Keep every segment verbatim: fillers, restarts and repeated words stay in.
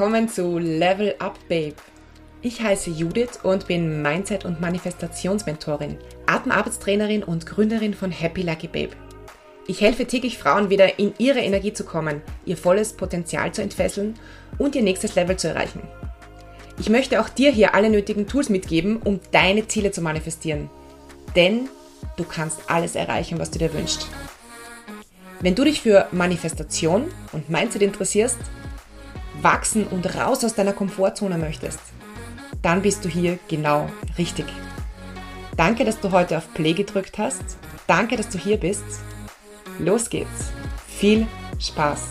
willkommen zu Level Up Babe. Ich heiße Judith und bin Mindset- und Manifestationsmentorin, Atemarbeitstrainerin und Gründerin von Happy Lucky Babe. Ich helfe täglich Frauen wieder in ihre Energie zu kommen, ihr volles Potenzial zu entfesseln und ihr nächstes Level zu erreichen. Ich möchte auch dir hier alle nötigen Tools mitgeben, um deine Ziele zu manifestieren. Denn du kannst alles erreichen, was du dir wünschst. Wenn du dich für Manifestation und Mindset interessierst, wachsen und raus aus deiner Komfortzone möchtest, dann bist du hier genau richtig. Danke, dass du heute auf Play gedrückt hast. Danke, dass du hier bist. Los geht's. Viel Spaß.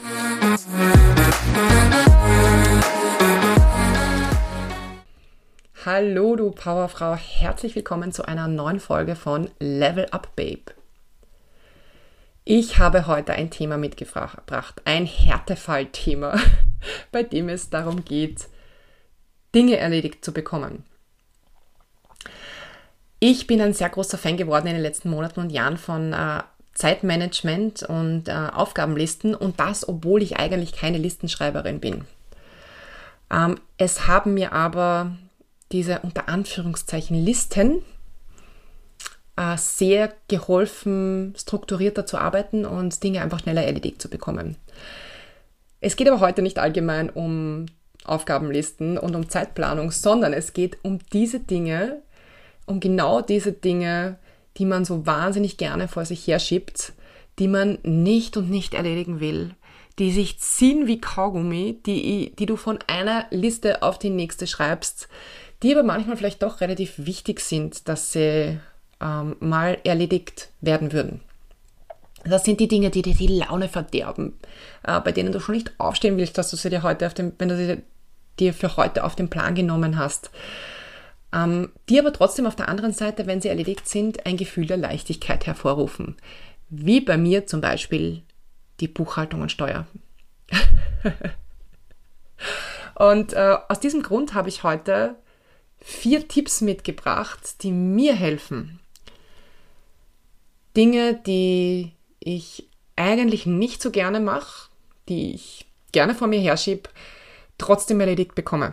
Hallo du Powerfrau, herzlich willkommen zu einer neuen Folge von Level Up Babe. Ich habe heute ein Thema mitgebracht, ein Härtefallthema, bei dem es darum geht, Dinge erledigt zu bekommen. Ich bin ein sehr großer Fan geworden in den letzten Monaten und Jahren von äh, Zeitmanagement und äh, Aufgabenlisten, und das, obwohl ich eigentlich keine Listenschreiberin bin. Ähm, es haben mir aber diese unter Anführungszeichen Listen äh, sehr geholfen, strukturierter zu arbeiten und Dinge einfach schneller erledigt zu bekommen. Es geht aber heute nicht allgemein um Aufgabenlisten und um Zeitplanung, sondern es geht um diese Dinge, um genau diese Dinge, die man so wahnsinnig gerne vor sich herschiebt, die man nicht und nicht erledigen will, die sich ziehen wie Kaugummi, die, die du von einer Liste auf die nächste schreibst, die aber manchmal vielleicht doch relativ wichtig sind, dass sie ähm, mal erledigt werden würden. Das sind die Dinge, die dir die Laune verderben, äh, bei denen du schon nicht aufstehen willst, dass du sie dir heute auf dem, wenn du sie dir für heute auf den Plan genommen hast. Ähm, die aber trotzdem auf der anderen Seite, wenn sie erledigt sind, ein Gefühl der Leichtigkeit hervorrufen. Wie bei mir zum Beispiel die Buchhaltung und Steuer. Und äh, aus diesem Grund habe ich heute vier Tipps mitgebracht, die mir helfen, Dinge, die ich eigentlich nicht so gerne mache, die ich gerne vor mir herschiebe, trotzdem erledigt bekomme.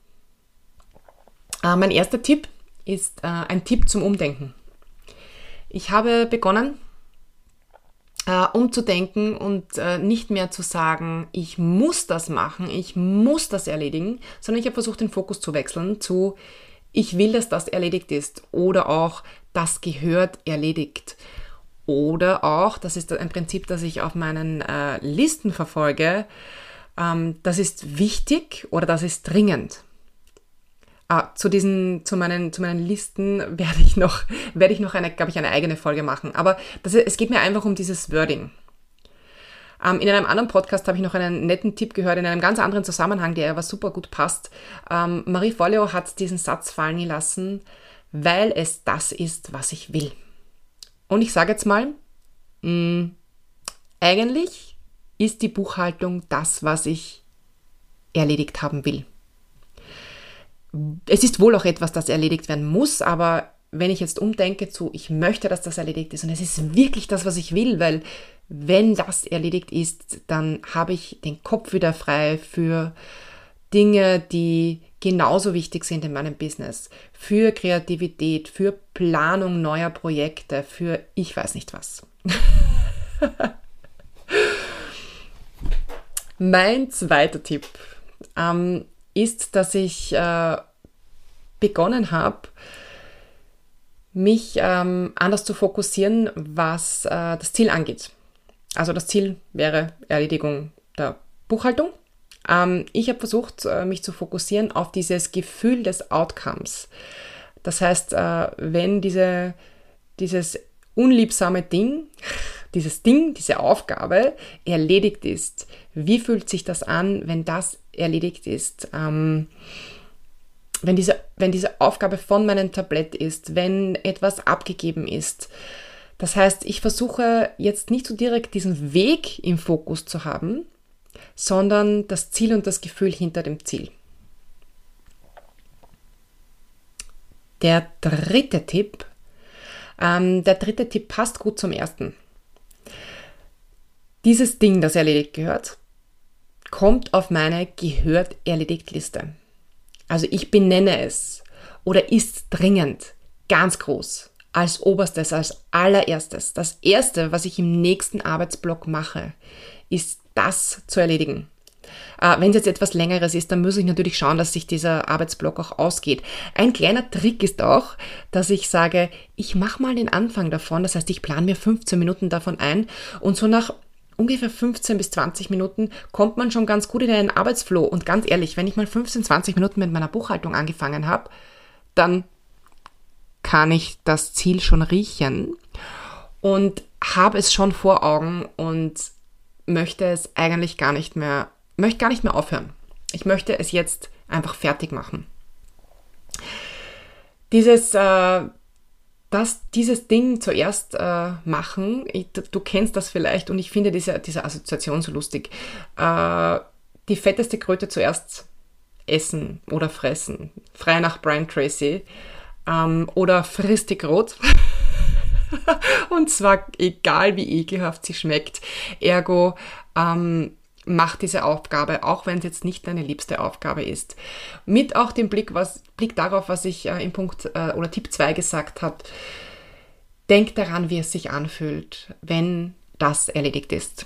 Äh, mein erster Tipp ist äh, ein Tipp zum Umdenken. Ich habe begonnen, äh, umzudenken und äh, nicht mehr zu sagen, ich muss das machen, ich muss das erledigen, sondern ich habe versucht, den Fokus zu wechseln zu, ich will, dass das erledigt ist, oder auch, das gehört erledigt. Oder auch, das ist ein Prinzip, das ich auf meinen äh, Listen verfolge, ähm, das ist wichtig oder das ist dringend. Ah, zu diesen, zu meinen, zu meinen Listen werde ich noch, werde ich noch eine, glaube ich, eine eigene Folge machen. Aber das, es geht mir einfach um dieses Wording. Ähm, in einem anderen Podcast habe ich noch einen netten Tipp gehört, in einem ganz anderen Zusammenhang, der aber super gut passt. Ähm, Marie Forleo hat diesen Satz fallen lassen, weil es das ist, was ich will. Und ich sage jetzt mal, mh, eigentlich ist die Buchhaltung das, was ich erledigt haben will. Es ist wohl auch etwas, das erledigt werden muss, aber wenn ich jetzt umdenke zu, ich möchte, dass das erledigt ist und es ist wirklich das, was ich will, weil wenn das erledigt ist, dann habe ich den Kopf wieder frei für Dinge, die genauso wichtig sind in meinem Business, für Kreativität, für Planung neuer Projekte, für ich weiß nicht was. Mein zweiter Tipp ähm, ist, dass ich äh, begonnen habe, mich ähm, anders zu fokussieren, was äh, das Ziel angeht. Also das Ziel wäre Erledigung der Buchhaltung. Ähm, ich habe versucht, äh, mich zu fokussieren auf dieses Gefühl des Outcomes. Das heißt, äh, wenn diese, dieses unliebsame Ding, dieses Ding, diese Aufgabe erledigt ist, wie fühlt sich das an, wenn das erledigt ist? Ähm, wenn diese, wenn diese Aufgabe von meinem Tablett ist, wenn etwas abgegeben ist. Das heißt, ich versuche jetzt nicht so direkt diesen Weg im Fokus zu haben, sondern das Ziel und das Gefühl hinter dem Ziel. Der dritte Tipp, ähm, der dritte Tipp passt gut zum ersten. Dieses Ding, das erledigt gehört, kommt auf meine Gehört-Erledigt-Liste. Also ich benenne es oder ist dringend, ganz groß, als oberstes, als allererstes. Das Erste, was ich im nächsten Arbeitsblock mache, ist das zu erledigen. Äh, wenn es jetzt etwas Längeres ist, dann muss ich natürlich schauen, dass sich dieser Arbeitsblock auch ausgeht. Ein kleiner Trick ist auch, dass ich sage, ich mache mal den Anfang davon, das heißt, ich plane mir fünfzehn Minuten davon ein und so nach ungefähr fünfzehn bis zwanzig Minuten kommt man schon ganz gut in einen Arbeitsflow. Und ganz ehrlich, wenn ich mal fünfzehn, zwanzig Minuten mit meiner Buchhaltung angefangen habe, dann kann ich das Ziel schon riechen und habe es schon vor Augen und möchte es eigentlich gar nicht mehr möchte gar nicht mehr aufhören. Ich möchte es jetzt einfach fertig machen. Dieses, äh, das, dieses Ding zuerst äh, machen, ich, du, du kennst das vielleicht und ich finde diese, diese Assoziation so lustig. Äh, die fetteste Kröte zuerst essen oder fressen. Frei nach Brian Tracy. Ähm, oder fristig rot. Und zwar egal, wie ekelhaft sie schmeckt. Ergo, ähm, mach diese Aufgabe, auch wenn es jetzt nicht deine liebste Aufgabe ist. Mit auch dem Blick, was, Blick darauf, was ich äh, im Punkt äh, oder Tipp zwei gesagt habe. Denk daran, wie es sich anfühlt, wenn das erledigt ist.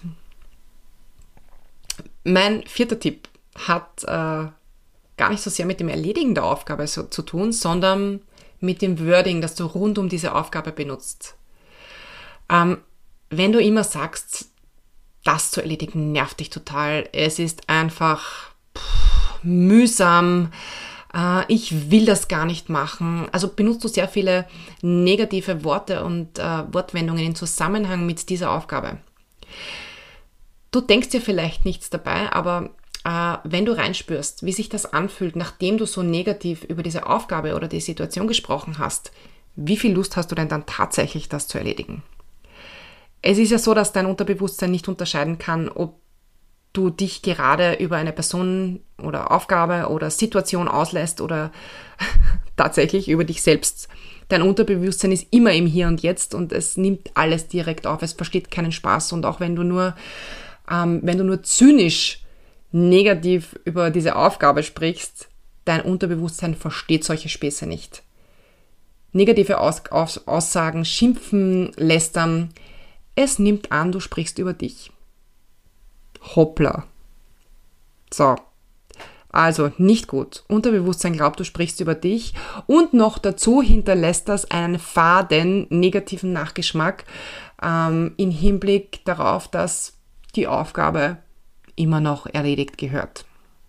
Mein vierter Tipp hat äh, gar nicht so sehr mit dem Erledigen der Aufgabe so, zu tun, sondern mit dem Wording, das du rund um diese Aufgabe benutzt. Ähm, wenn du immer sagst, das zu erledigen nervt dich total. Es ist einfach pff, mühsam. Äh, ich will das gar nicht machen. Also benutzt du sehr viele negative Worte und äh, Wortwendungen in Zusammenhang mit dieser Aufgabe. Du denkst dir vielleicht nichts dabei, aber äh, wenn du reinspürst, wie sich das anfühlt, nachdem du so negativ über diese Aufgabe oder die Situation gesprochen hast, wie viel Lust hast du denn dann tatsächlich, das zu erledigen? Es ist ja so, dass dein Unterbewusstsein nicht unterscheiden kann, ob du dich gerade über eine Person oder Aufgabe oder Situation auslässt oder tatsächlich über dich selbst. Dein Unterbewusstsein ist immer im Hier und Jetzt und es nimmt alles direkt auf. Es versteht keinen Spaß und auch wenn du nur, ähm, wenn du nur zynisch negativ über diese Aufgabe sprichst, dein Unterbewusstsein versteht solche Späße nicht. Negative Aus- Aus- Aussagen, Schimpfen, Lästern, es nimmt an, du sprichst über dich. Hoppla. So. Also, nicht gut. Unterbewusstsein glaubt, du sprichst über dich und noch dazu hinterlässt das einen faden negativen Nachgeschmack ähm, im Hinblick darauf, dass die Aufgabe immer noch erledigt gehört.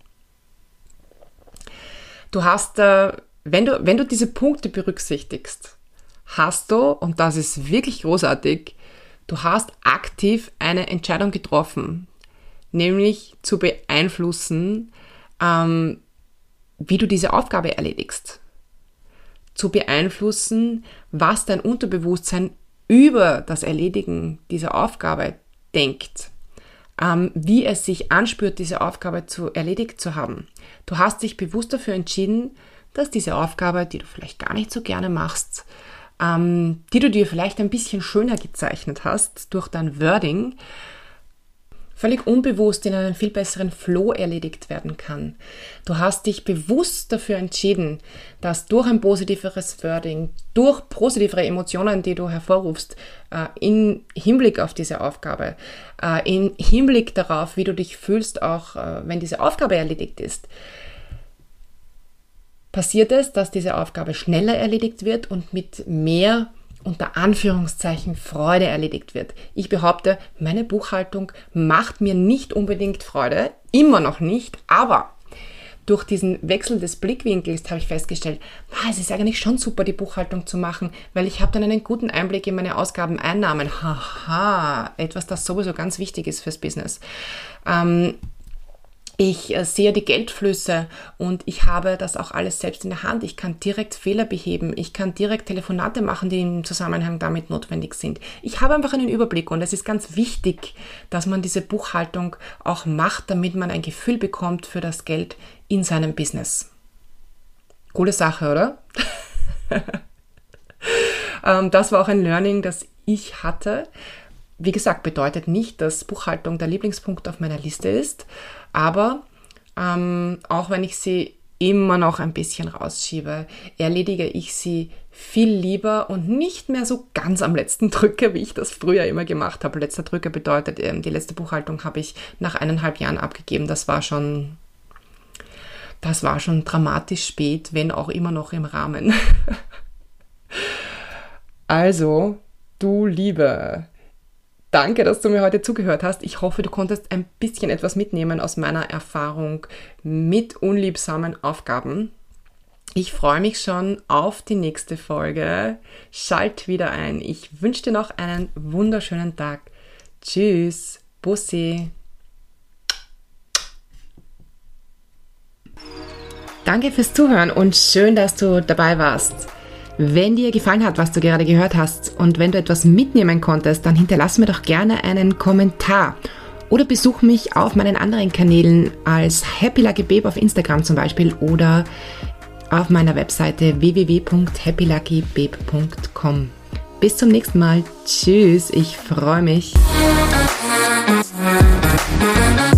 Du hast, äh, wenn du, wenn du diese Punkte berücksichtigst, hast du, und das ist wirklich großartig, du hast aktiv eine Entscheidung getroffen, nämlich zu beeinflussen, ähm, wie du diese Aufgabe erledigst. Zu beeinflussen, was dein Unterbewusstsein über das Erledigen dieser Aufgabe denkt, ähm, wie es sich anspürt, diese Aufgabe zu erledigt zu haben. Du hast dich bewusst dafür entschieden, dass diese Aufgabe, die du vielleicht gar nicht so gerne machst, ähm, die du dir vielleicht ein bisschen schöner gezeichnet hast durch dein Wording, völlig unbewusst in einem viel besseren Flow erledigt werden kann. Du hast dich bewusst dafür entschieden, dass durch ein positiveres Wording, durch positivere Emotionen, die du hervorrufst, äh, in Hinblick auf diese Aufgabe, äh, in Hinblick darauf, wie du dich fühlst, auch äh, wenn diese Aufgabe erledigt ist, passiert es, dass diese Aufgabe schneller erledigt wird und mit mehr unter Anführungszeichen Freude erledigt wird. Ich behaupte, meine Buchhaltung macht mir nicht unbedingt Freude, immer noch nicht, aber durch diesen Wechsel des Blickwinkels habe ich festgestellt, ah, es ist eigentlich schon super, die Buchhaltung zu machen, weil ich habe dann einen guten Einblick in meine Ausgaben-Einnahmen. Haha, etwas, das sowieso ganz wichtig ist fürs Business. Ähm, Ich sehe die Geldflüsse und ich habe das auch alles selbst in der Hand. Ich kann direkt Fehler beheben. Ich kann direkt Telefonate machen, die im Zusammenhang damit notwendig sind. Ich habe einfach einen Überblick und es ist ganz wichtig, dass man diese Buchhaltung auch macht, damit man ein Gefühl bekommt für das Geld in seinem Business. Coole Sache, oder? Das war auch ein Learning, das ich hatte. Wie gesagt, bedeutet nicht, dass Buchhaltung der Lieblingspunkt auf meiner Liste ist. Aber ähm, auch wenn ich sie immer noch ein bisschen rausschiebe, erledige ich sie viel lieber und nicht mehr so ganz am letzten Drücker, wie ich das früher immer gemacht habe. Letzter Drücker bedeutet, die letzte Buchhaltung habe ich nach eineinhalb Jahren abgegeben. Das war schon, das war schon dramatisch spät, wenn auch immer noch im Rahmen. Also, du Liebe, danke, dass du mir heute zugehört hast. Ich hoffe, du konntest ein bisschen etwas mitnehmen aus meiner Erfahrung mit unliebsamen Aufgaben. Ich freue mich schon auf die nächste Folge. Schalt wieder ein. Ich wünsche dir noch einen wunderschönen Tag. Tschüss. Bussi. Danke fürs Zuhören und schön, dass du dabei warst. Wenn dir gefallen hat, was du gerade gehört hast und wenn du etwas mitnehmen konntest, dann hinterlass mir doch gerne einen Kommentar oder besuch mich auf meinen anderen Kanälen als Happy Lucky Babe auf Instagram zum Beispiel oder auf meiner Webseite w w w punkt happy lucky babe punkt com. Bis zum nächsten Mal. Tschüss, ich freue mich.